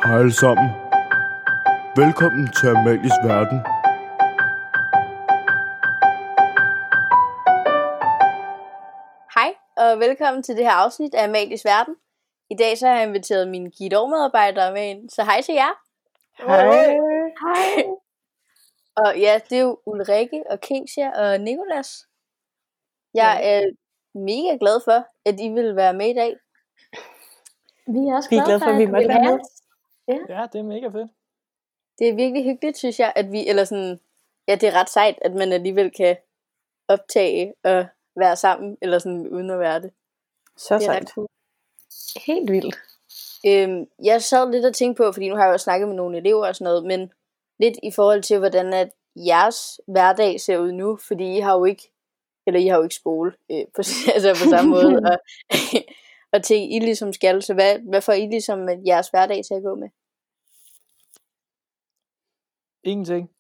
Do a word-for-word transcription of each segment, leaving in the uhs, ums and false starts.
Hej alle sammen. Velkommen til Amalies Verden. Hej, og velkommen til det her afsnit af Amalies Verden. I dag så har jeg inviteret mine Guido-medarbejdere med ind, så hej til jer. Hej. Hej. Og ja, det er jo Ulrikke og Kesia og Nicolas. Jeg er mega glad for, at I vil være med i dag. Vi er også Vi er glade for, at vi måtte være med. Ja. Ja, det er mega fedt. Det er virkelig hyggeligt, synes jeg, at vi, eller sådan, ja, det er ret sejt, at man alligevel kan optage og være sammen, eller sådan uden at være det. Så Det er sejt. ret cool. Helt vildt. Øhm, jeg sad lidt og tænkte på, fordi nu har jeg jo snakket med nogle elever og sådan noget, men lidt i forhold til, hvordan at jeres hverdag ser ud nu, fordi I har jo ikke, eller I har jo ikke skole øh, på, altså på samme måde, og, og ting I ligesom skal, så hvad, hvad får I ligesom at jeres hverdag til at gå med? Ingenting.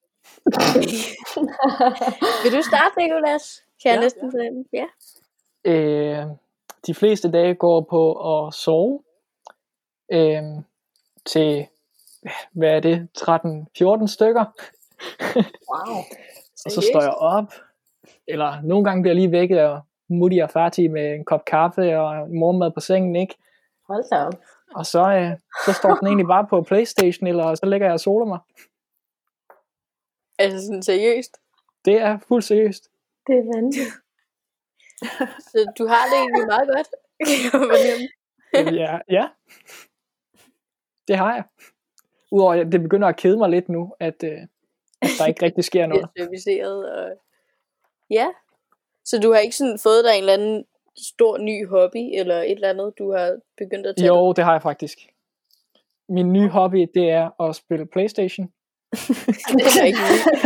Vil du starte, Nicolas? Kan jeg Ja, næsten fornemme? Ja. Øh, de fleste dage går på at sove. Øh, til, hvad er det, tretten fjorten stykker. Wow. Og så står jeg op. Eller nogle gange bliver jeg lige vækket af mutti og fati med en kop kaffe og morgenmad på sengen, ikke? Hold da op. Og så, øh, så står den egentlig bare på PlayStation, eller så ligger jeg og soler mig. Altså sådan seriøst? Det er fuldt seriøst. Det er vanvittigt. Så du har det egentlig meget godt? Kan jeg fornemme? Ja, ja. Det har jeg. Udover at det begynder at kede mig lidt nu, at, øh, at der ikke rigtig sker noget. Det er serviceret og... Ja. Så du har ikke sådan fået dig en eller anden stor ny hobby, eller et eller andet, du har begyndt at tage? Jo, det har jeg faktisk. Min nye hobby, det er at spille PlayStation. Det er ikke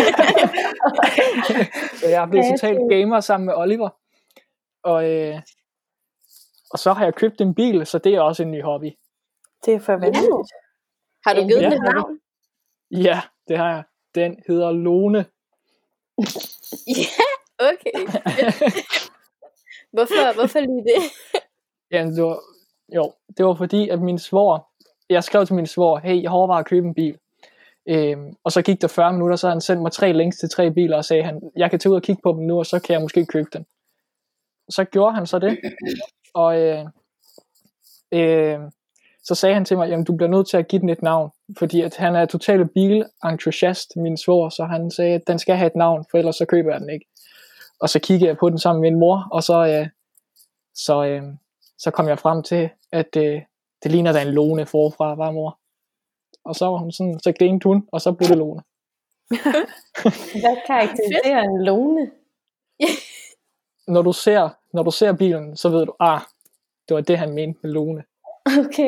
Så jeg er blevet totalt gamer sammen med Oliver. Og, øh, og så har jeg købt en bil, så det er også en ny hobby. Det er for vanvittigt. Har du givet Ja, den et har vi. navn? Ja, det har jeg. Den hedder Lone. Ja, okay. hvorfor, hvorfor lige det? Jamen, det var, jo, det var fordi, at min svor, jeg skrev til min svor, hey, jeg har overvejet at købe en bil. Øhm, og så gik der fyrre minutter, så han sendte mig tre links til tre biler, og sagde han, jeg kan tage ud og kigge på dem nu, og så kan jeg måske købe den. Så gjorde han så det, og øh, øh, så sagde han til mig, jamen du bliver nødt til at give den et navn, fordi at han er totalt bilentusiast, min svor, så han sagde, at den skal have et navn, for ellers så køber jeg den ikke. Og så kiggede jeg på den sammen med min mor, og så, øh, så, øh, så kom jeg frem til, at øh, det ligner da en Lone forfra, var mor. Og så var hun sådan, så grinede hun, og så blev det Lone. Hvad karakteriserer en Lone? Når du ser, når du ser bilen, så ved du, ah, det var det han mente med Lone. Okay.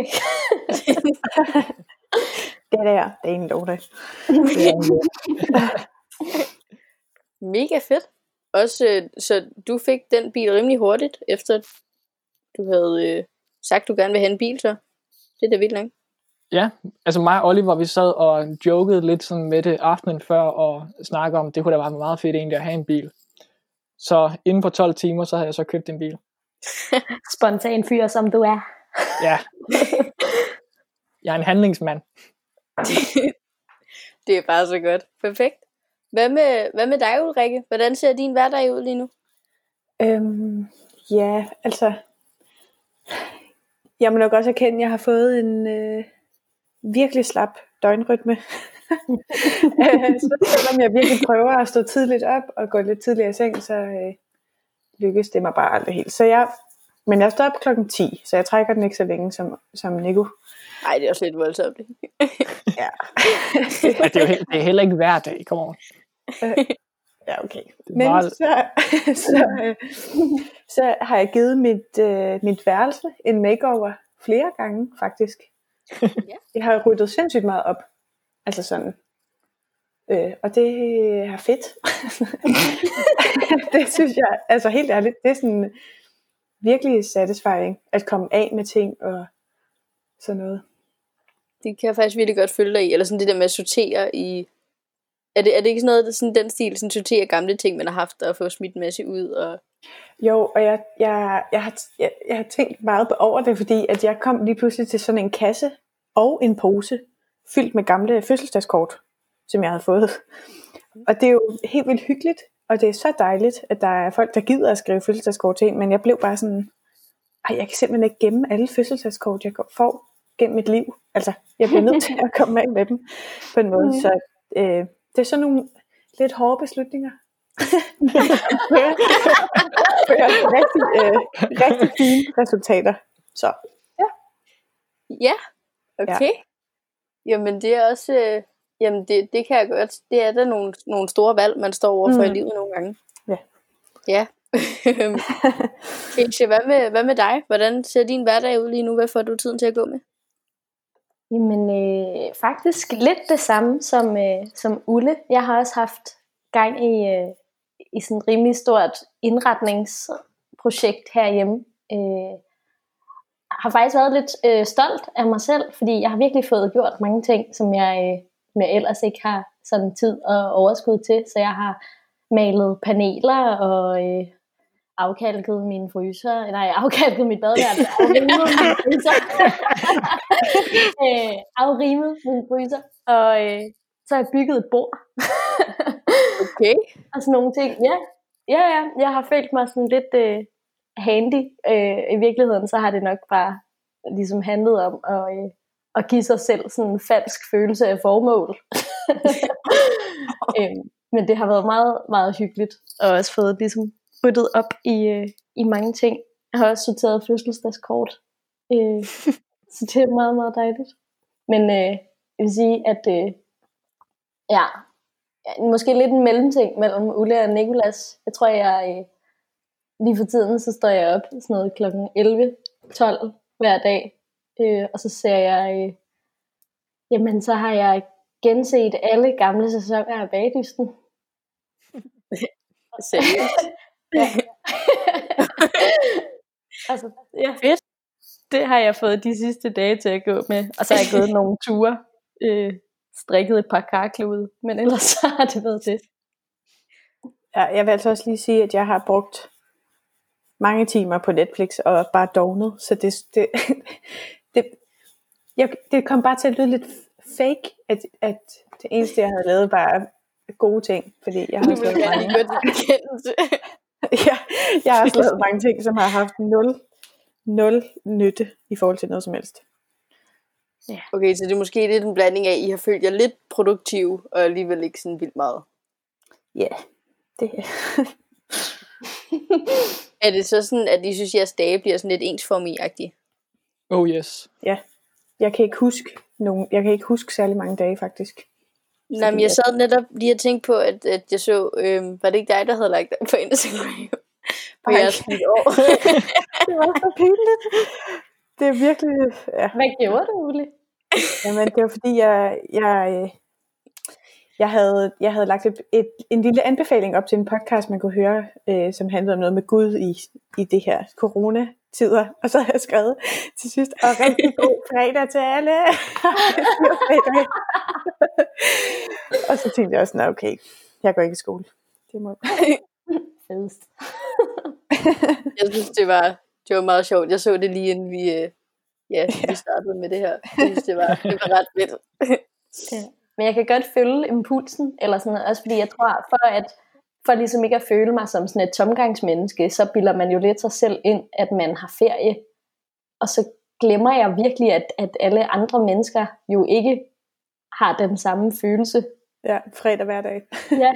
Det der, det er en Lone. Mega fedt. Også, øh, så du fik den bil rimelig hurtigt, efter du havde øh, sagt, du gerne vil have en bil, så det er da vildt nok. Ja, altså mig og Oliver, vi sad og jokede lidt sådan med det aftenen før, og snakkede om, det kunne da være meget fedt egentlig at have en bil. Så inden for tolv timer, så havde jeg så købt en bil. Spontan fyr, som du er. Ja. Jeg er en handlingsmand. Det er bare så godt. Perfekt. Hvad med, hvad med dig, Ulrikke? Hvordan ser din hverdag ud lige nu? Øhm, ja, altså, jeg må nok også erkende, at jeg har fået en øh, virkelig slap døgnrytme. øh, så selvom jeg virkelig prøver at stå tidligt op og gå lidt tidligere i seng, så øh, lykkes det mig bare aldrig helt. Så jeg, men jeg står op klokken ti, så jeg trækker den ikke så længe som, som Nico. Nej, det er også lidt voldsomt. Ja. Ja, det, er jo he- det er heller ikke hver dag, kom on. Øh, ja, okay. er Men meget- så, så, øh, så har jeg givet mit, øh, mit værelse en makeover flere gange, faktisk. Jeg har ryddet sindssygt meget op. Altså sådan. Øh, og det er fedt. Det synes jeg, altså helt ærligt, det er sådan virkelig satisfying, at komme af med ting og sådan noget. Det kan jeg faktisk virkelig godt følge dig i. Eller sådan det der med at sortere i... Er det, er det ikke sådan noget, der sådan den stil, sådan sortere gamle ting, man har haft, og få smidt en masse ud? Og... Jo, og jeg, jeg, jeg, har, jeg, jeg har tænkt meget på over det, fordi at jeg kom lige pludselig til sådan en kasse og en pose fyldt med gamle fødselsdagskort, som jeg havde fået. Og det er jo helt vildt hyggeligt, og det er så dejligt, at der er folk, der gider at skrive fødselsdagskort til en, men jeg blev bare sådan, ej, jeg kan simpelthen ikke gemme alle fødselsdagskort, jeg får gennem mit liv. Altså, jeg bliver nødt til at komme af med dem på en måde. Mm. Så øh, det er sådan nogle lidt hårde beslutninger. rigtig, øh, rigtig fine resultater. Så, ja. Ja, okay. Ja. Jamen, det er også... Øh, jamen, det, det kan jeg godt. Det er der nogle, nogle store valg, man står overfor mm. i livet nogle gange. Ja. Ja. Keisha, hvad med, hvad med dig? Hvordan ser din hverdag ud lige nu? Hvad får du tiden til at gå med? Jamen, øh, faktisk lidt det samme som, øh, som Ulle. Jeg har også haft gang i, øh, i sådan et rimelig stort indretningsprojekt herhjemme. Øh, jeg har faktisk været lidt øh, stolt af mig selv, fordi jeg har virkelig fået gjort mange ting, som jeg, øh, jeg ellers ikke har sådan tid og overskud til. Så jeg har malet paneler og øh, afkalket min fryser, nej, afkalket mit badeværelse, afrimet min fryser, øh, afrimet min fryser, og øh, så har jeg bygget et bord. Okay. Og sådan nogle ting, ja, ja, ja, jeg har følt mig sådan lidt øh, handy, øh, i virkeligheden, så har det nok bare ligesom handlet om at, øh, at give sig selv sådan en falsk følelse af formål. øh, men det har været meget, meget hyggeligt, og også fået ligesom ryddet op i, øh, i mange ting. Jeg har også sorteret fødselsdagskort. Øh, så det er meget, meget dejligt. Men øh, jeg vil sige, at øh, ja, måske lidt en mellemting mellem Ulle og Nicolas. Jeg tror, jeg øh, lige for tiden, så står jeg op sådan noget klokken elleve tolv hver dag. Øh, og så ser jeg, øh, jamen så har jeg genset alle gamle sæsoner af Bagdysten. Seriøst? Ja. Altså, ja. Fedt. Det har jeg fået de sidste dage til at gå med. Og så har jeg gået nogle ture, øh, strikket et par karklude, men ellers så har det været det. Ja, jeg vil altså også lige sige, at jeg har brugt mange timer på Netflix og bare dognet, så det, det, det, jeg, det kom bare til at lyde lidt fake, at, at det eneste jeg havde lavet var gode ting, fordi jeg har også lavet mange ja, jeg har også lavet mange ting, som har haft nul, nul nytte i forhold til noget som helst. Ja. Okay, så det er måske lidt en blanding af, at I har følt jer lidt produktive, og alligevel ikke sådan vildt meget. Ja, yeah, det er det så sådan, at I synes, at jeres dage bliver sådan lidt ensformige-agtige? Oh yes. Ja, jeg kan ikke huske nogen, jeg kan ikke huske særlig mange dage faktisk. Nej, men jeg sad netop lige og tænkte på, at, at jeg så, øhm, var det ikke dig, der havde lagt på Instagram på Ej. jeres nyt år? Det var så pinligt. Det er virkelig, ja. Hvad gjorde du, Ulle? Jamen, det var fordi, jeg, jeg, jeg, havde, jeg havde lagt et, et, en lille anbefaling op til en podcast, man kunne høre, øh, som handlede om noget med Gud i, i det her corona-tider. Og så havde jeg skrevet til sidst, og rigtig god fredag til alle. Og så tænkte jeg også, nej, okay, jeg går ikke i skole. Det må Fedest. Jeg synes, det var, det var meget sjovt. Jeg så det lige inden vi, øh, ja, vi startede med det her. Jeg synes, det var, det var ret fedt. Ja. Men jeg kan godt følge impulsen, eller sådan noget, også fordi jeg tror, for at for ligesom ikke at føle mig som sådan et tomgangsmenneske, så bilder man jo lidt sig selv ind, at man har ferie. Og så glemmer jeg virkelig, at, at alle andre mennesker jo ikke har den samme følelse. Ja, fredag hver dag. Ja.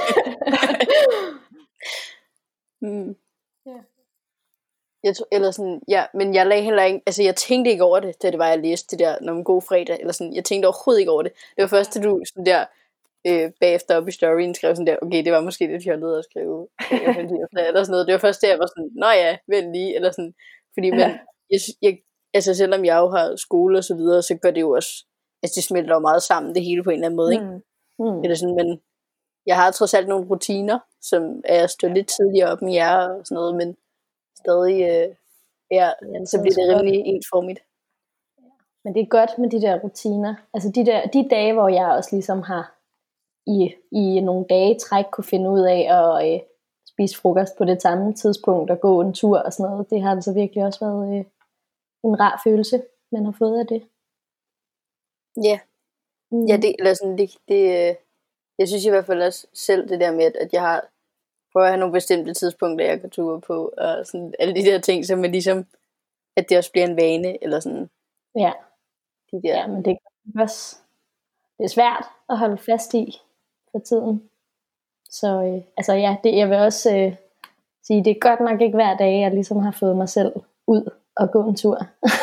mm. Ja. Jeg tro, eller sådan, ja, men jeg lagde heller ikke, altså jeg tænkte ikke over det, da det var, jeg læste det der, når en god fredag, eller sådan, jeg tænkte overhovedet ikke over det. Det var først, da du sådan der, øh, bagefter op i storyen, skrev sådan der, okay, det var måske lidt fjollet at skrive, eller sådan noget. Det var først der, jeg var sådan, nå ja, vent lige, eller sådan, fordi man, jeg, jeg, altså selvom jeg jo har skole og så videre, så gør det jo også, altså det smelter jo meget sammen, det hele på en eller anden måde, ikke? Mm. Mm. Eller sådan, men jeg har trods alt nogle rutiner, som er at stå lidt tidligere op med jer og sådan noget, men stadig, øh, ja, så bliver det rimelig ensformigt. Men det er godt med de der rutiner. Altså de, der, de dage, hvor jeg også ligesom har i, i nogle dage træk kunne finde ud af at øh, spise frokost på det samme tidspunkt og gå en tur og sådan noget. Det har altså virkelig også været øh, en rar følelse, man har fået af det. Ja, Mm. Ja, det, eller sådan, det, det, øh, jeg synes i hvert fald også selv det der med, at, at jeg har prøver at have nogle bestemte tidspunkter, jeg kan ture på, og sådan alle de der ting, som er ligesom, at det også bliver en vane, eller sådan. Ja. De der. Ja, men det er også, det er svært at holde fast i for tiden. Så øh, altså ja, det, jeg vil også øh, sige, det er godt nok ikke hver dag, jeg ligesom har fået mig selv ud og gå en tur.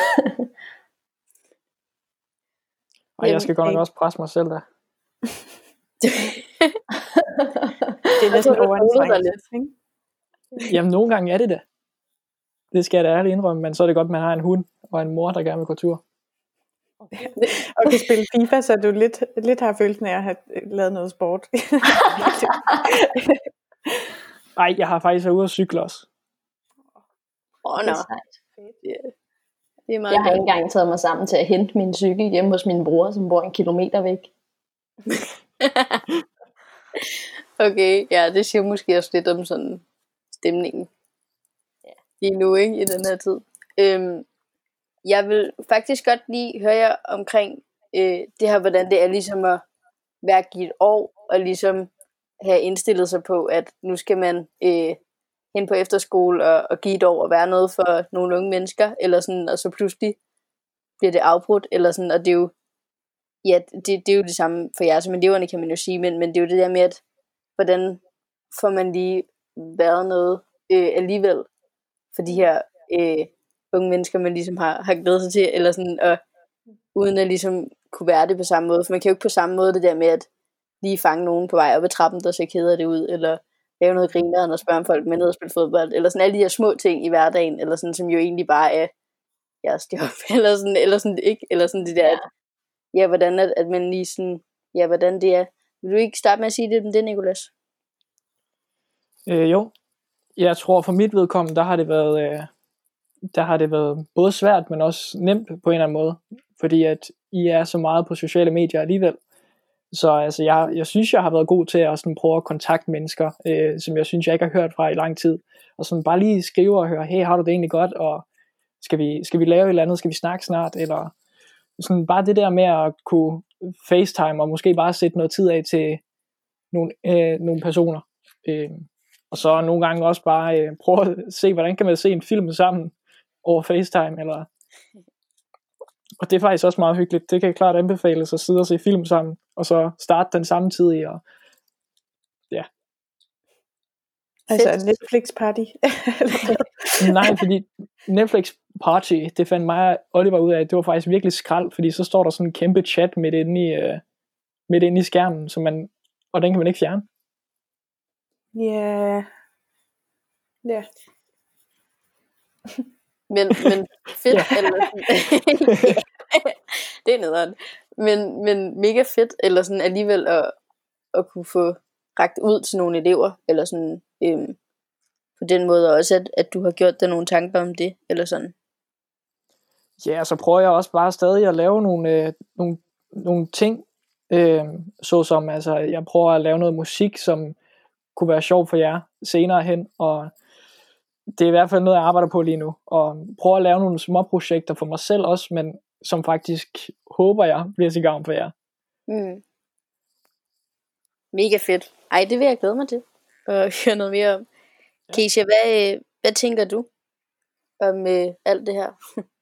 Og jeg skal godt nok også presse mig selv der. Det er næsten overanstrengt, ikke? Jamen, nogle gange er det det. Det skal jeg da ærligt indrømme, men så er det godt, at man har en hund og en mor, der gerne vil gå tur. Og kan spille FIFA, så du lidt, lidt har følelsen af at have lavet noget sport. Nej, jeg har faktisk været ude at cykle også. Åh, oh, Det no. er sejt. Yeah. Det er meget Jeg har godt. ikke engang taget mig sammen til at hente min cykel hjemme hos min bror, som bor en kilometer væk. Okay, ja, det siger måske også lidt om sådan stemningen. Ja. Lige nu, ikke, i den her tid. Øhm, jeg vil faktisk godt lige høre jer omkring øh, det her, hvordan det er ligesom at være i et år, og ligesom have indstillet sig på, at nu skal man øh, hen på efterskole og, og give et år og være noget for nogle unge mennesker, eller sådan, og så pludselig bliver det afbrudt, eller sådan, og det er jo, ja, det, det er jo det samme for jer som eleverne, kan man jo sige, men, men det er jo det der med, at hvordan får man lige været noget øh, alligevel for de her øh, unge mennesker, man ligesom har, har glædet sig til, eller sådan, og uden at ligesom kunne være det på samme måde, for man kan jo ikke på samme måde det der med, at lige fange nogen på vej op ad trappen, der ser keder det ud, eller lave noget grineren og spørge om folk med ned og spille fodbold, eller sådan alle de her små ting i hverdagen, eller sådan, som jo egentlig bare er jeres job, eller sådan, eller sådan, ikke, eller sådan det der, Ja. at, ja, hvordan at, at man lige sådan, ja, hvordan det er. Vil du ikke starte med at sige det om det, Nicolas? Øh, jo, jeg tror for mit vedkommende, der har det været, øh, der har det været både svært, men også nemt på en eller anden måde, fordi at I er så meget på sociale medier alligevel. Så altså, jeg, jeg synes, jeg har været god til at sådan prøve at kontakte mennesker, øh, som jeg synes, jeg ikke har hørt fra i lang tid. Og sådan bare lige skrive og høre, hey, har du det egentlig godt? Og skal vi, skal vi lave et eller andet? Skal vi snakke snart? Eller sådan bare det der med at kunne FaceTime og måske bare sætte noget tid af til nogle, øh, nogle personer. Øh, og så nogle gange også bare øh, prøve at se, hvordan kan man se en film sammen over FaceTime. Eller og det er faktisk også meget hyggeligt. Det kan klart anbefales at sidde og se film sammen, og så starte den samtidig. Og ja. Altså Netflix party. Nej, fordi Netflix party, det fandt mig og Oliver ud af, det var faktisk virkelig skrald, fordi så står der sådan en kæmpe chat midt inde i, uh, midt inde i skærmen, så man, og den kan man ikke fjerne. Ja. Ja. Men, men fedt, Ja. eller sådan, det er nederen. Men, men mega fedt, eller sådan alligevel at, at kunne få rakt ud til nogle elever, eller sådan, øhm, på den måde også, at, at du har gjort dig nogle tanker om det, eller sådan. Ja, så prøver jeg også bare stadig at lave nogle, øh, nogle, nogle ting, øh, såsom, altså, jeg prøver at lave noget musik, som kunne være sjovt for jer senere hen, og det er i hvert fald noget, jeg arbejder på lige nu, og prøver at lave nogle små projekter for mig selv også, men som faktisk håber jeg bliver til gavn for jer. Mm. Mega fedt. Ej, det vil jeg glæde mig til at høre noget mere om. Keisha, hvad, øh, hvad tænker du om øh, alt det her?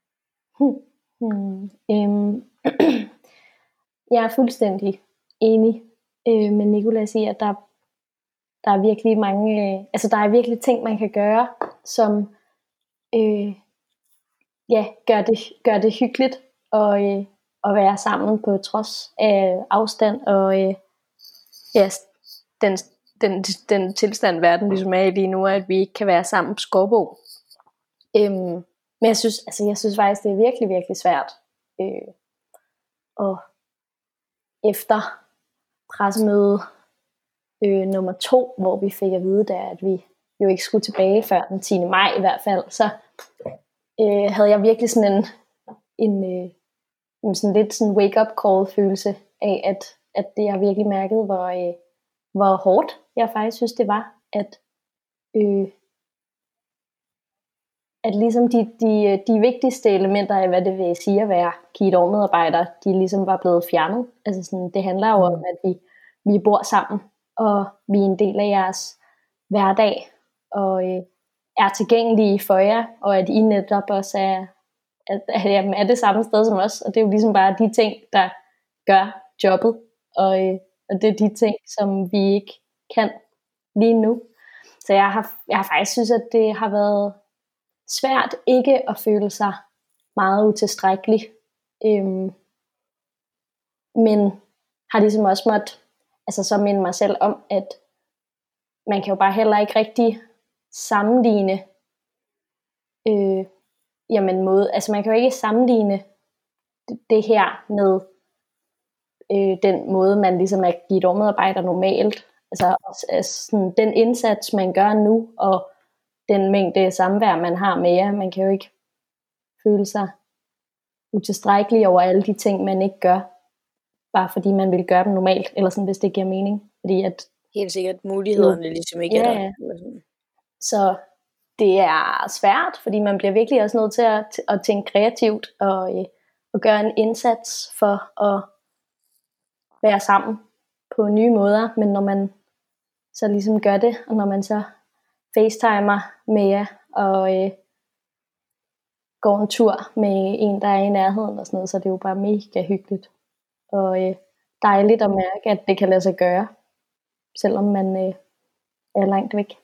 Hmm. Øhm. Jeg er fuldstændig enig øh, med Nicolas i, at der, der er virkelig mange, øh, altså der er virkelig ting, man kan gøre, som øh, ja, gør, det, gør det hyggeligt og, øh, at være sammen på trods af afstand og øh, ja, den, den, den tilstand, verden ligesom er i lige nu, at vi ikke kan være sammen på Skovbo. Øhm, men jeg synes, altså jeg synes faktisk, det er virkelig, virkelig svært. Øh, og efter pressemøde øh, nummer to, hvor vi fik at vide, der, at vi jo ikke skulle tilbage før den tiende maj i hvert fald, så øh, havde jeg virkelig sådan en, en, øh, en sådan lidt sådan wake-up call følelse af, at, at det jeg virkelig mærkede, hvor, øh, hvor hårdt jeg faktisk synes, det var, at, øh, at ligesom de, de, de vigtigste elementer af, hvad det vil sige at være Key-Dog-medarbejder, de ligesom var blevet fjernet. Altså sådan, det handler jo om, at vi, vi bor sammen, og vi er en del af jeres hverdag, og øh, er tilgængelige for jer, og at I netop også er, at, at jamen, er det samme sted som os, og det er jo ligesom bare de ting, der gør jobbet, og, øh, og det er de ting, som vi ikke kan lige nu. Så jeg har, jeg har faktisk synes, at det har været svært ikke at føle sig meget utilstrækkelig, øhm, men har ligesom også måttet altså så minde mig selv om, at man kan jo bare heller ikke rigtig sammenligne øh, jamen måde, altså man kan jo ikke sammenligne det, det her med øh, den måde, man ligesom er givet medarbejder normalt. Altså, altså sådan, den indsats, man gør nu, og den mængde samvær, man har med jer, man kan jo ikke føle sig utilstrækkelig over alle de ting, man ikke gør, bare fordi man vil gøre dem normalt, eller sådan, hvis det giver mening. Fordi at, helt sikkert mulighederne ligesom ikke ja, er der. ja. Så det er svært, fordi man bliver virkelig også nødt til at, at tænke kreativt, og, og gøre en indsats for at være sammen på nye måder, men når man så ligesom gør det, og når man så facetimer med jer, og øh, går en tur med en, der er i nærheden og sådan noget, så det er jo bare mega hyggeligt. Og øh, dejligt at mærke, at det kan lade sig gøre, selvom man øh, er langt væk.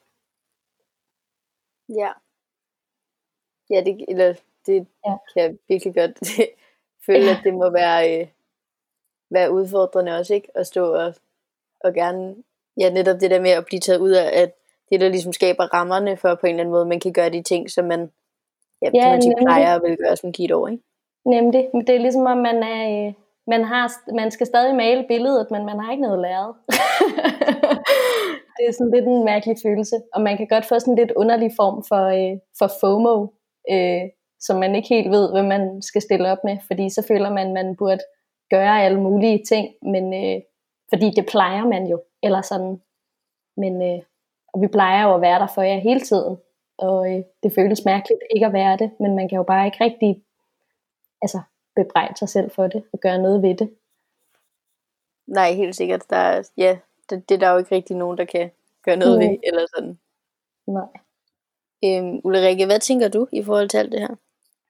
Ja. Ja, det, eller, det ja. kan jeg virkelig godt føle, ja. At det må være, øh, være udfordrende også, ikke? At stå og, og gerne, ja, netop det der med at blive taget ud af, at det der ligesom skaber rammerne for på en eller anden måde, man kan gøre de ting, som man, ja, ja, som man tit plejer at vil gøre som Key-Dog, ikke? Nemlig. Det er ligesom om man er, øh, man har, man skal stadig male billedet, men man har ikke noget læret. Det er sådan lidt en mærkelig følelse, og man kan godt få sådan en lidt underlig form for, øh, for FOMO, øh, som man ikke helt ved, hvad man skal stille op med, fordi så føler man, at man burde gøre alle mulige ting, men øh, fordi det plejer man jo, eller sådan, men øh, og vi plejer jo at være der for jer hele tiden, og øh, det føles mærkeligt ikke at være det, men man kan jo bare ikke rigtig altså bebrejde sig selv for det, og gøre noget ved det. Nej, helt sikkert, der er, ja, det, det er der jo ikke rigtig nogen, der kan gøre noget mm. ved, eller sådan. Nej. Øhm, Ulrikke, hvad tænker du i forhold til alt det her?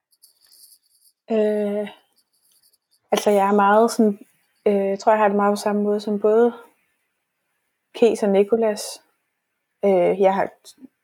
Øh, altså jeg er meget sådan, øh, jeg tror jeg har det meget på samme måde som både Kes og Nicolas. Øh, jeg har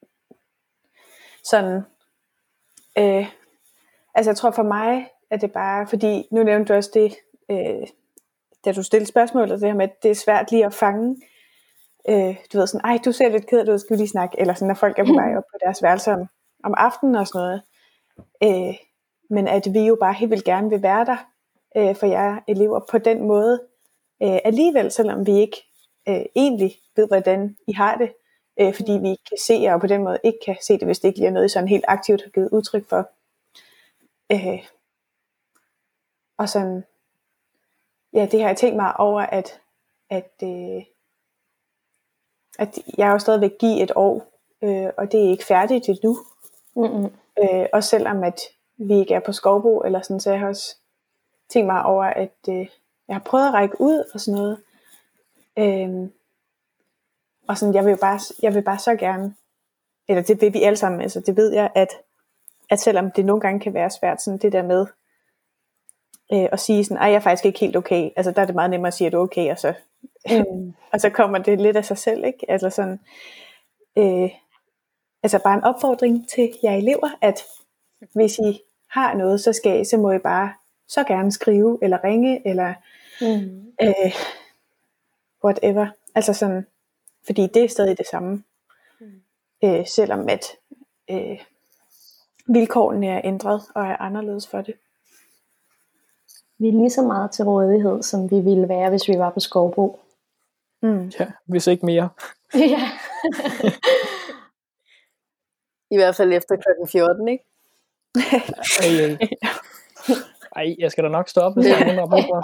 sådan, øh, altså jeg tror for mig, at det bare, fordi nu nævnte du også det, øh, da du stillede spørgsmålet, det her med, at det er svært lige at fange, øh, du ved sådan, ej, du ser lidt ked af, du skal lige snakke, eller sådan, når folk er på vej op på deres værelse om, om aftenen og sådan noget. Øh, men at vi jo bare helt vildt gerne vil være der øh, for jer elever på den måde, øh, alligevel, selvom vi ikke øh, egentlig ved, hvordan I har det, øh, fordi vi ikke kan se jer, og på den måde ikke kan se det, hvis det ikke lige er noget, I sådan helt aktivt har givet udtryk for. Øh, og sådan, ja, det har jeg tænkt mig over, at, at, øh, at jeg jo stadig vil give et år, øh, og det er ikke færdigt endnu. Mm-hmm. Øh, og selvom at vi ikke er på Skovbo, eller sådan, så jeg har også tænkt mig over, at øh, jeg har prøvet at række ud og sådan noget. Øh, og sådan, jeg vil jo bare, jeg vil bare så gerne, eller det vil vi alle sammen, altså det ved jeg, at, at selvom det nogle gange kan være svært, sådan det der med, Øh, og sige sådan, ej, jeg er faktisk ikke helt okay. Altså der er det meget nemmere at sige, at du er okay, og så, mm. og så kommer det lidt af sig selv, ikke? Altså sådan, øh, altså bare en opfordring til jer elever, at hvis I har noget, så skal I, så må I bare så gerne skrive, eller ringe, eller mm. øh, whatever. Altså sådan, fordi det er stadig det samme. Mm. Øh, selvom at øh, vilkårene er ændret, og er anderledes for det. Vi er lige så meget til rådighed, som vi ville være, hvis vi var på Skovbo. Mm. Ja, hvis ikke mere. Ja. I hvert fald efter klokken fjorten, ikke? ej, ej. ej, jeg skal da nok stoppe, hvis der er nogen, der har brug for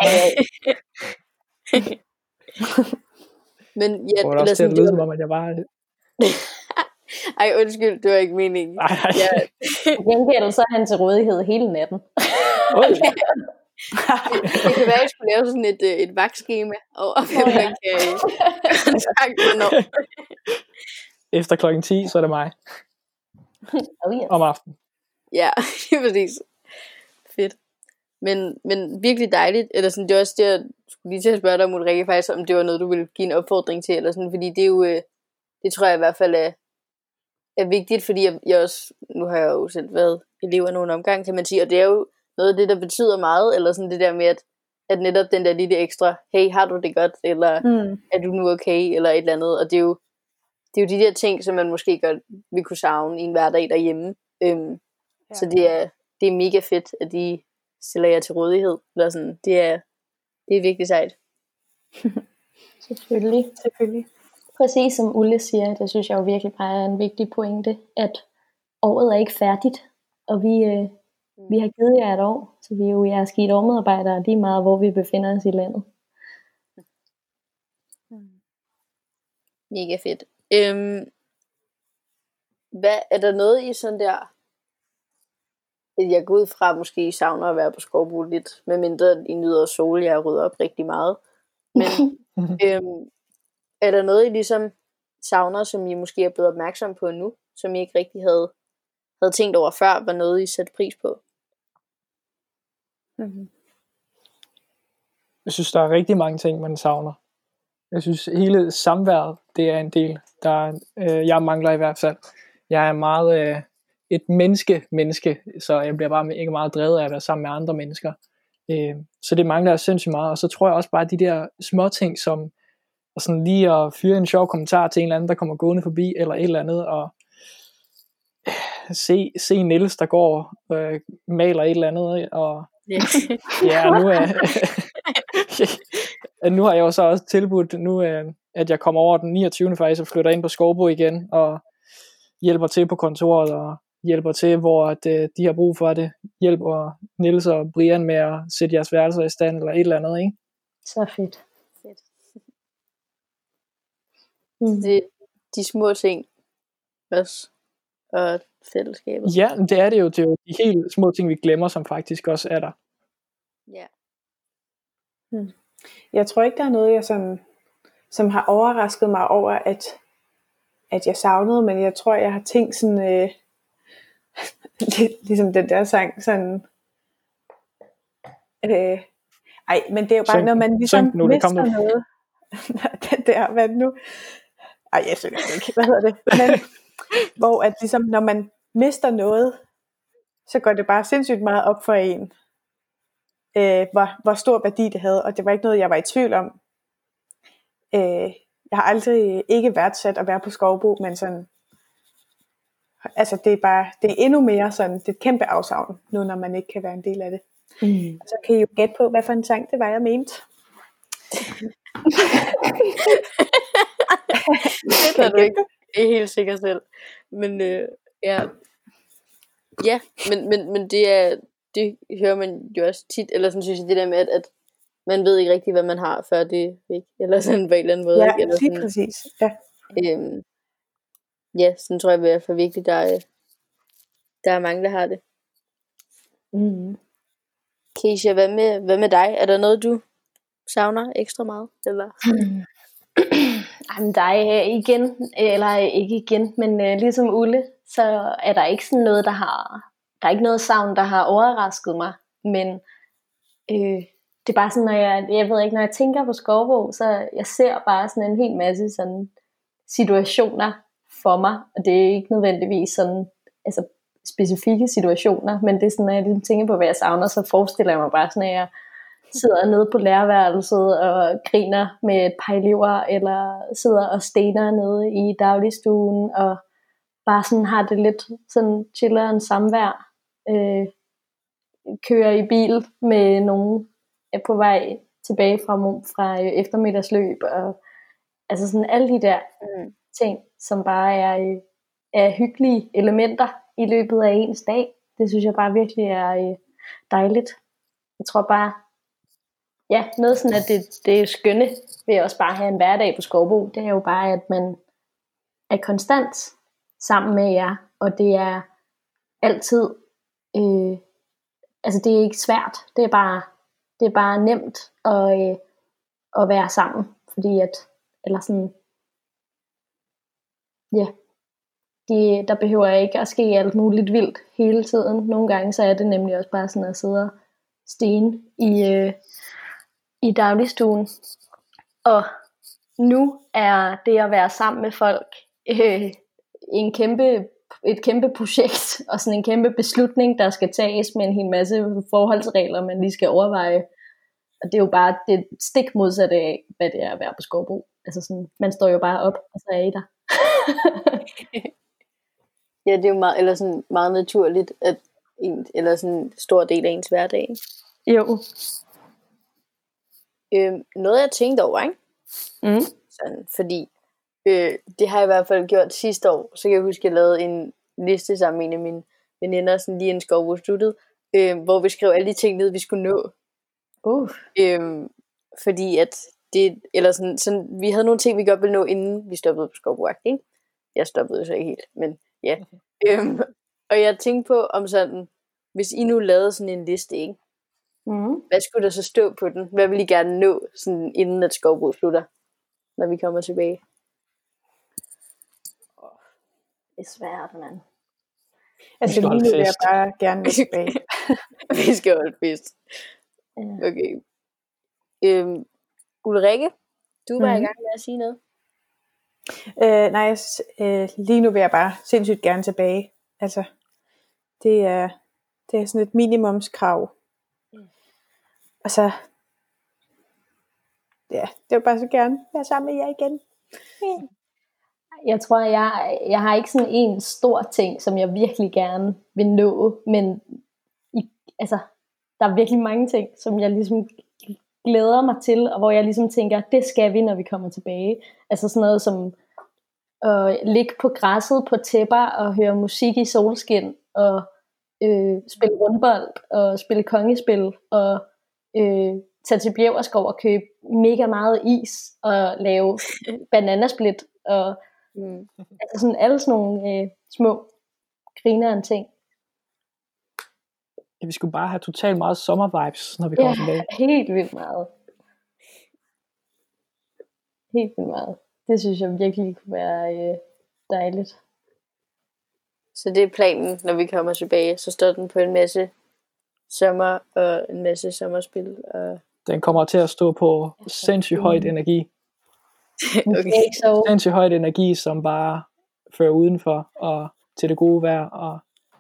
Men ja, det var også til at lyde som om, at jeg bare... Ej, undskyld, det var ikke meningen. Nej, nej. Ja. I gengæld så er han til rådighed hele natten. Oj. det, det kan være, at jeg skulle lave sådan et, øh, et vagtskema over, hvem der kan øh, kontakte hvornår. Efter klokken ti, så er det mig. Oh, yes. Om aftenen. Ja, det er præcis. Fedt. Men, men virkelig dejligt. Eller sådan, det er også det, jeg skulle lige til at spørge dig om, Ulrike, faktisk, om det var noget, du ville give en opfordring til, eller sådan, fordi det er jo, øh, det tror jeg i hvert fald er, er vigtigt, fordi jeg, jeg også, nu har jeg jo selv været elev af nogle omgang, kan man sige, og det er jo noget af det, der betyder meget, eller sådan det der med, at, at netop den der lille ekstra, hey, har du det godt, eller mm. er du nu okay, eller et eller andet, og det er jo, det er jo de der ting, som man måske godt vil kunne savne i en hverdag derhjemme, øhm, ja. Så det er, det er mega fedt, at de stiller jer til rådighed, eller sådan, det er, det er virkelig sejt. Selvfølgelig. Selvfølgelig. Præcis som Ulle siger, det synes jeg jo virkelig bare er en vigtig pointe, at året er ikke færdigt, og vi, øh, vi har givet jer et år, så vi er jo jeres skidt årmedarbejdere, lige meget hvor vi befinder os i landet. Mega fedt. Øhm, hvad, er der noget i sådan der, jeg går ud fra, måske I savner at være på Skovbo lidt, medmindre I nyder sol, jeg rydder op rigtig meget, men øhm, er der noget I ligesom savner, som I måske er blevet opmærksom på nu, som I ikke rigtig havde, havde tænkt over før, var noget I satte pris på? Mm-hmm. Jeg synes, der er rigtig mange ting, man savner. Jeg synes, hele samværet, det er en del, der øh, jeg mangler i hvert fald. Jeg er meget øh, et menneske-menneske, så jeg bliver bare ikke meget drevet af at være sammen med andre mennesker. Øh, så det mangler jeg sindssygt meget. Og så tror jeg også bare, de der små ting, som og sådan lige at fyre en sjov kommentar til en eller anden, der kommer gående forbi, eller et eller andet, og se, se Niels, der går og øh, maler et eller andet, og yeah. ja, nu er nu har jeg jo så også tilbudt nu, øh, at jeg kommer over den niogtyvende faktisk, og flytter ind på Skovbo igen, og hjælper til på kontoret, og hjælper til, hvor at, øh, de har brug for det, hjælper Niels og Brian med at sætte jeres værelser i stand, eller et eller andet, ikke? Så fedt. Fedt. Mm. Det, de små ting også, og fællesskabet. Ja, det er det jo. Det er jo de helt små ting, vi glemmer, som faktisk også er der. Ja. Hmm. Jeg tror ikke, der er noget, jeg sådan, som har overrasket mig over, at, at jeg savnede, men jeg tror, jeg har tænkt sådan, øh, ligesom den der sang, sådan, øh, ej, men det er jo bare, Søng, når man ligesom nu, mister noget, den der, hvad nu? Ej, jeg synes ikke, hvad hedder det? Men, hvor at ligesom, når man mister noget, så går det bare sindssygt meget op for en, øh, hvor, hvor stor værdi det havde, og det var ikke noget, jeg var i tvivl om. Øh, jeg har aldrig ikke værdsat at være på Skovbo, men sådan, altså det er bare, det er endnu mere sådan, det er et kæmpe afsavn, nu når man ikke kan være en del af det. Mm. Og så kan I jo gætte på, hvad for en sang det var, jeg mente. Det kan du ikke. Det er helt sikkert selv. Men øh, ja, ja, men, men, men det er, det hører man jo også tit, eller sådan synes jeg, det der med, at, at man ved ikke rigtig, hvad man har, før det er væk, eller sådan på en eller anden måde. Ja, ikke? Eller lige præcis. Ja. Øhm, ja, sådan tror jeg, det er for vigtigt, der er, der er mange, der har det. Mm. Keisha, hvad med, hvad med dig? Er der noget, du savner ekstra meget? Eller? Jamen dig igen, eller ikke igen, men uh, ligesom Ulle, så er der ikke sådan noget, der har, der er ikke noget savn, der har overrasket mig, men øh, det er bare sådan, når jeg, jeg ved ikke, når jeg tænker på Skovbo, så jeg ser bare sådan en hel masse sådan situationer for mig, og det er ikke nødvendigvis sådan, altså specifikke situationer, men det er sådan, når jeg ligesom tænker på, hvad jeg savner, så forestiller jeg mig bare sådan, at jeg sidder nede på lærerværelset og griner med et par elever, eller sidder og stener nede i dagligstuen, og bare sådan har det lidt sådan chiller en samvær, øh, kører i bil med nogen på vej tilbage fra, fra eftermiddagsløb, og altså sådan alle de der mm. ting, som bare er, er hyggelige elementer i løbet af ens dag. Det synes jeg bare virkelig er dejligt. Jeg tror bare, ja, noget sådan, at det, det er skønne ved også bare have en hverdag på Skovbo, det er jo bare, at man er konstant sammen med jer, og det er altid, øh, altså det er ikke svært, det er bare, det er bare nemt at, øh, at være sammen, fordi at, eller sådan, ja, de, der behøver ikke at ske alt muligt vildt hele tiden. Nogle gange så er det nemlig også bare sådan at sidde og sten i, øh, i dagligstuen. Og nu er det at være sammen med folk øh, en kæmpe, et kæmpe projekt, og sådan en kæmpe beslutning, der skal tages med en hel masse forholdsregler, man lige skal overveje. Og det er jo bare det stik modsatte af, hvad det er at være på Skovbo. Altså sådan, man står jo bare op, og så er I der. Ja, det er jo meget, eller sådan meget naturligt, at en, eller sådan en stor del af ens hverdag. Jo. Øhm, noget jeg tænkte over, ikke? Mm. Sådan, fordi øh, det har jeg i hvert fald gjort sidste år. Så kan jeg huske, at jeg lavede en liste sammen med en af mine veninder, sådan lige en Skovbo sluttet, øh, hvor vi skrev alle de ting ned, vi skulle nå. Uh. Øhm, fordi at det, eller sådan, sådan, vi havde nogle ting, vi godt ville nå, inden vi stoppede på Skovbo, ikke? Jeg stoppede jo så ikke helt, men ja. Øhm, og jeg tænkte på, om sådan, hvis I nu lavede sådan en liste, ikke? Mm. Hvad skulle der så stå på den? Hvad vil I gerne nå, sådan, inden at Skovbo slutter, når vi kommer tilbage? Det er svært, mand. Altså lige nu vil jeg bare gerne være tilbage. Vi skal holde fest. Ja. Okay. Øhm, Ulrikke, du var Mhm. i gang med at sige noget. Øh, nej, jeg s- øh, lige nu vil jeg bare sindssygt gerne tilbage. Altså, det er, det er sådan et minimumskrav. Mm. Og så, ja, det vil bare så gerne være sammen med jer igen. Jeg tror, jeg, jeg har ikke sådan en stor ting, som jeg virkelig gerne vil nå, men i, altså, der er virkelig mange ting, som jeg ligesom glæder mig til, og hvor jeg ligesom tænker, det skal vi, når vi kommer tilbage. Altså sådan noget som at ligge på græsset på tæpper og høre musik i solskin, og øh, spille rundbold, og spille kongespil, og øh, tage til Bjæverskov og købe mega meget is, og lave bananasplit, og Mm. altså sådan alle sådan nogle øh, små grinerende ting. Ja, vi skulle bare have totalt meget sommervibes, når vi kommer Ja, tilbage. helt vildt meget. Helt vildt meget. Det synes jeg virkelig kunne være øh, dejligt. Så det er planen, når vi kommer tilbage. Så står den på en masse sommer og en masse sommerspil. Og... Den kommer til at stå på sindssygt højt energi. Okay. Ikke så Sindssygt højt energi, som bare fører udenfor og til det gode vejr. Og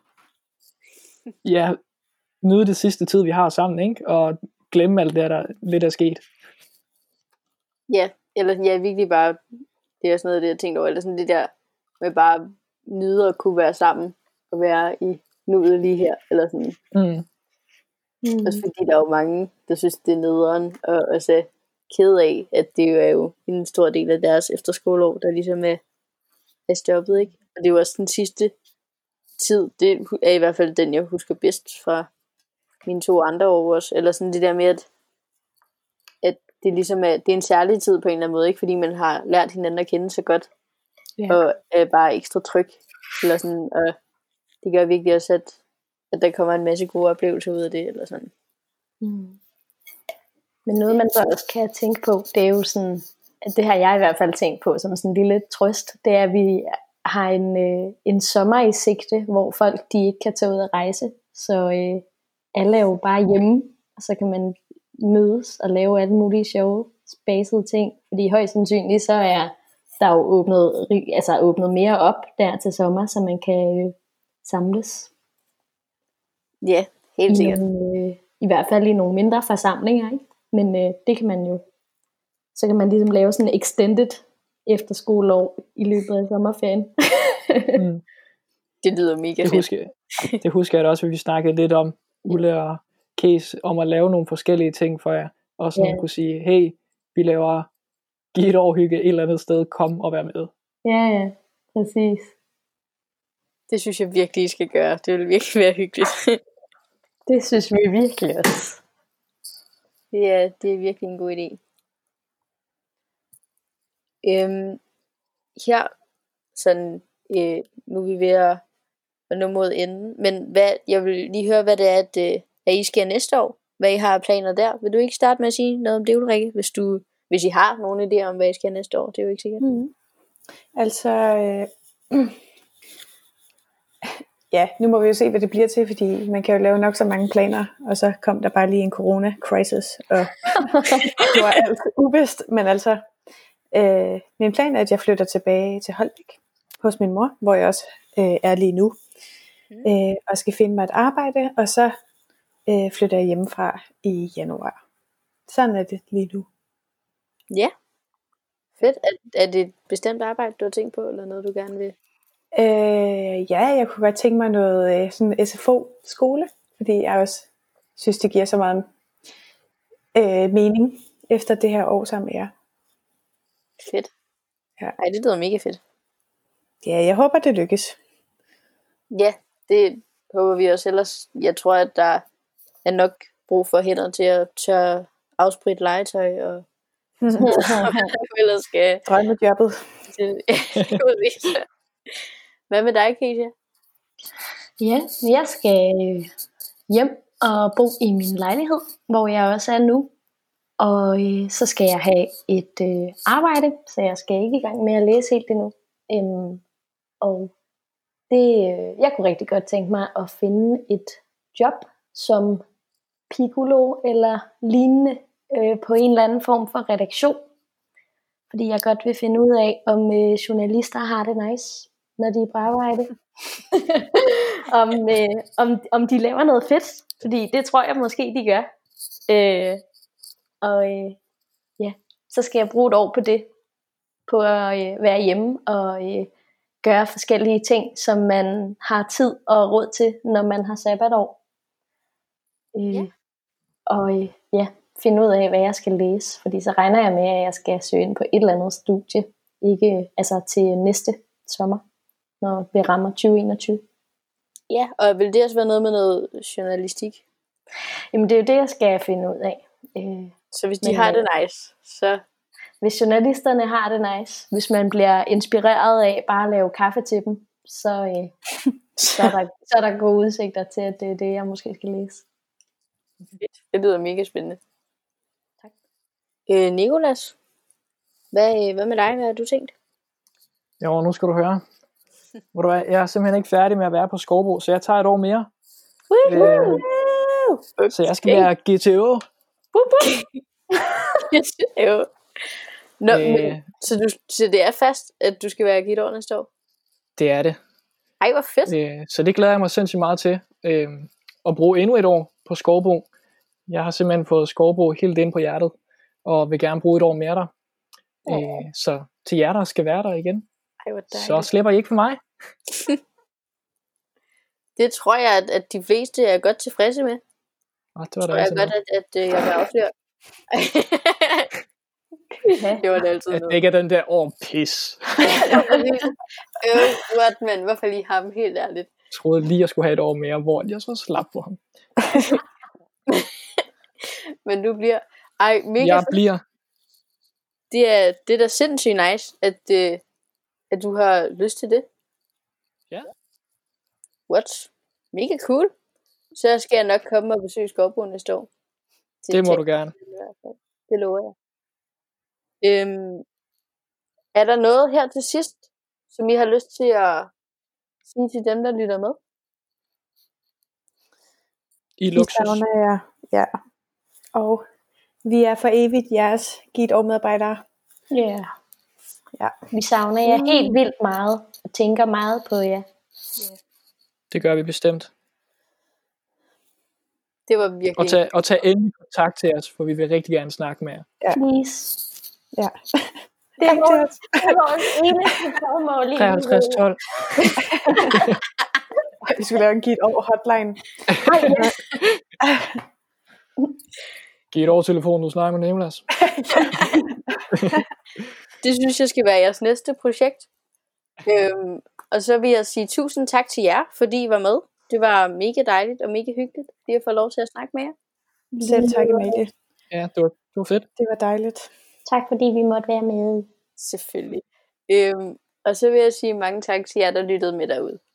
ja, nyde det sidste tid, vi har sammen, ikke? Og glemme alt det, der lidt er sket. Ja, eller ja, virkelig bare, det er sådan noget, det jeg tænkte over, eller sådan det der med bare nyde at kunne være sammen og være i nuet lige her, eller sådan. Mm. mm. Også fordi der er jo mange, der synes, det er nederen, og også er ked af, at det jo er jo en stor del af deres efterskoleår, der ligesom er, er stoppet, ikke? Og det er jo også den sidste tid, det er i hvert fald den, jeg husker bedst fra mine to andre år også, eller sådan det der med, at, at det ligesom er, det er en særlig tid på en eller anden måde, ikke? Fordi man har lært hinanden at kende så godt, Ja. og er bare ekstra tryg, eller sådan, og det gør virkelig også, at, at der kommer en masse gode oplevelser ud af det, eller sådan. Mm. Men noget man så også kan tænke på, det er jo sådan, at det har jeg i hvert fald tænkt på som sådan en lille trøst, det er at vi har en, øh, en sommer i sigte, hvor folk de ikke kan tage ud og rejse, så øh, alle er jo bare hjemme, og så kan man mødes og lave alle mulige sjove spacede ting, fordi højst sandsynligt så er der jo åbnet, altså åbnet mere op der til sommer, så man kan øh, samles. Ja, helt I, sikkert. nogle, øh, I hvert fald i nogle mindre forsamlinger, ikke? Men øh, det kan man jo, så kan man ligesom lave sådan en extended efterskoleår i løbet af sommerferien. Mm. Det lyder mega Det fedt. husker, det husker jeg da også, at vi snakkede lidt om, Ulle og Case, om at lave nogle forskellige ting for jer. Og sådan Ja. kunne sige, hey, vi laver, giv et overhygge et eller andet sted, kom og vær med. Ja, ja, præcis. Det synes jeg virkelig, I skal gøre. Det vil virkelig være hyggeligt. Det synes vi virkelig også. det, er, det er virkelig en god idé. Øhm, her, sådan Øh, nu er vi ved at, at nå mod enden. Men hvad, jeg vil lige høre, hvad det er, at, øh, at I skal næste år. Hvad I har planer der. Vil du ikke starte med at sige noget om det, Ulrikke? Hvis, du, hvis I har nogle idéer om, hvad I skal næste år. Det er jo ikke sikkert. Mm. Altså, øh, ja, nu må vi jo se, hvad det bliver til, fordi man kan jo lave nok så mange planer, og så kom der bare lige en corona-crisis, og det var alt uvist, men altså, øh, min plan er, at jeg flytter tilbage til Holbæk hos min mor, hvor jeg også øh, er lige nu, mm. øh, og skal finde mig et arbejde, og så øh, flytter jeg hjemmefra i januar. Sådan er det lige nu. Ja, fedt. Er, er det et bestemt arbejde, du har tænkt på, eller noget, du gerne vil? Øh, ja, jeg kunne godt tænke mig noget øh, sådan S F O-skole, fordi jeg også synes, det giver så meget øh, mening efter det her år sammen med jer. Fedt. Ja. Ej, det lyder mega fedt. Ja, jeg håber, det lykkes. Ja, det håber vi også ellers. Jeg tror, at der er nok brug for hænder til at tørre afspritte legetøj og ellers skal drømmejobbet. Hvad med dig, Keisha? Ja, jeg skal hjem og bo i min lejlighed, hvor jeg også er nu. Og øh, så skal jeg have et øh, arbejde, så jeg skal ikke i gang med at læse helt endnu. Øhm, og det, øh, jeg kunne rigtig godt tænke mig at finde et job som piccolo eller lignende øh, på en eller anden form for redaktion. Fordi jeg godt vil finde ud af, om øh, journalister har det nice, når de er på arbejde. om, øh, om, om de laver noget fedt, fordi det tror jeg måske, de gør. Øh, og øh, ja, så skal jeg bruge et år på det, på at øh, være hjemme og øh, gøre forskellige ting, som man har tid og råd til, når man har sabbatår. Øh, yeah. Og øh, ja, finde ud af, hvad jeg skal læse, fordi så regner jeg med, at jeg skal søge ind på et eller andet studie, ikke altså til næste sommer, når vi rammer tyve enogtyve. Ja, og vil det også være noget med noget journalistik? Jamen det er jo det, jeg skal finde ud af. Øh, så hvis de men, har det nice, så... Hvis journalisterne har det nice, hvis man bliver inspireret af bare at lave kaffe til dem, så, øh, så, er, der, så er der gode udsigter til, at det er det, jeg måske skal læse. Det lyder mega spændende. Tak. Øh, Nicolas, hvad, hvad med dig? Hvad har du tænkt? Jo, nu skal du høre. Jeg er simpelthen ikke færdig med at være på Skovbo, så jeg tager et år mere. Øh, okay. Så jeg skal være G T O. G T O. Nå, øh, men, så, du, så det er fast, at du skal være givet år næste år? Det er det. Ej, hvor fedt. Øh, så det glæder jeg mig sindssygt meget til. Øh, at bruge endnu et år på Skovbo. Jeg har simpelthen fået Skovbo helt ind på hjertet, og vil gerne bruge et år mere der. Oh. Øh, så til jer, der skal være der igen, ej, så slipper I ikke for mig. Det tror jeg, at, at de fleste er godt tilfredse med. Oh, det var tror jeg godt, at, at, at jeg vil afsløre. Ja. Det var det altid at det ikke er den der åh, oh, pis. øh, what, man, hvorfor lige ham, helt ærligt. Jeg troede lige, jeg skulle have et år mere, hvor jeg så slap på ham. Men du bliver... Ej, mega jeg fedt. bliver... Det er, det er da sindssygt nice, at, uh, at du har lyst til det. Ja. What? Mega cool. Så skal jeg nok komme og besøge Skovbo næste år. Det må du gerne. Det lover jeg. Øhm, er der noget her til sidst, som I har lyst til at sige til dem, der lytter med? I luksus. Vi savner jer. Ja. Og vi er for evigt jeres Giv et år medarbejdere. Yeah. Ja. Vi savner jer mm. helt vildt meget og tænker meget på jer. Yeah. Det gør vi bestemt. Det var virkelig... Og tag, og tag endelig kontakt til os, for vi vil rigtig gerne snakke med jer. Ja. Please. Ja. Det er vores, det er vores eneste formål. treoghalvtreds tolv Vi skulle lave en Giv et år hotline. Giv et år telefon, du snakker med Nicolas. Det synes jeg skal være jeres næste projekt. øhm, Og så vil jeg sige tusind tak til jer, fordi I var med. Det var mega dejligt og mega hyggeligt lige at få lov til at snakke med jer. Selv tak, Emilie. Ja, det var, det var fedt. Det var dejligt. Tak fordi vi måtte være med. Selvfølgelig. øhm, Og så vil jeg sige mange tak til jer, der lyttede med derude.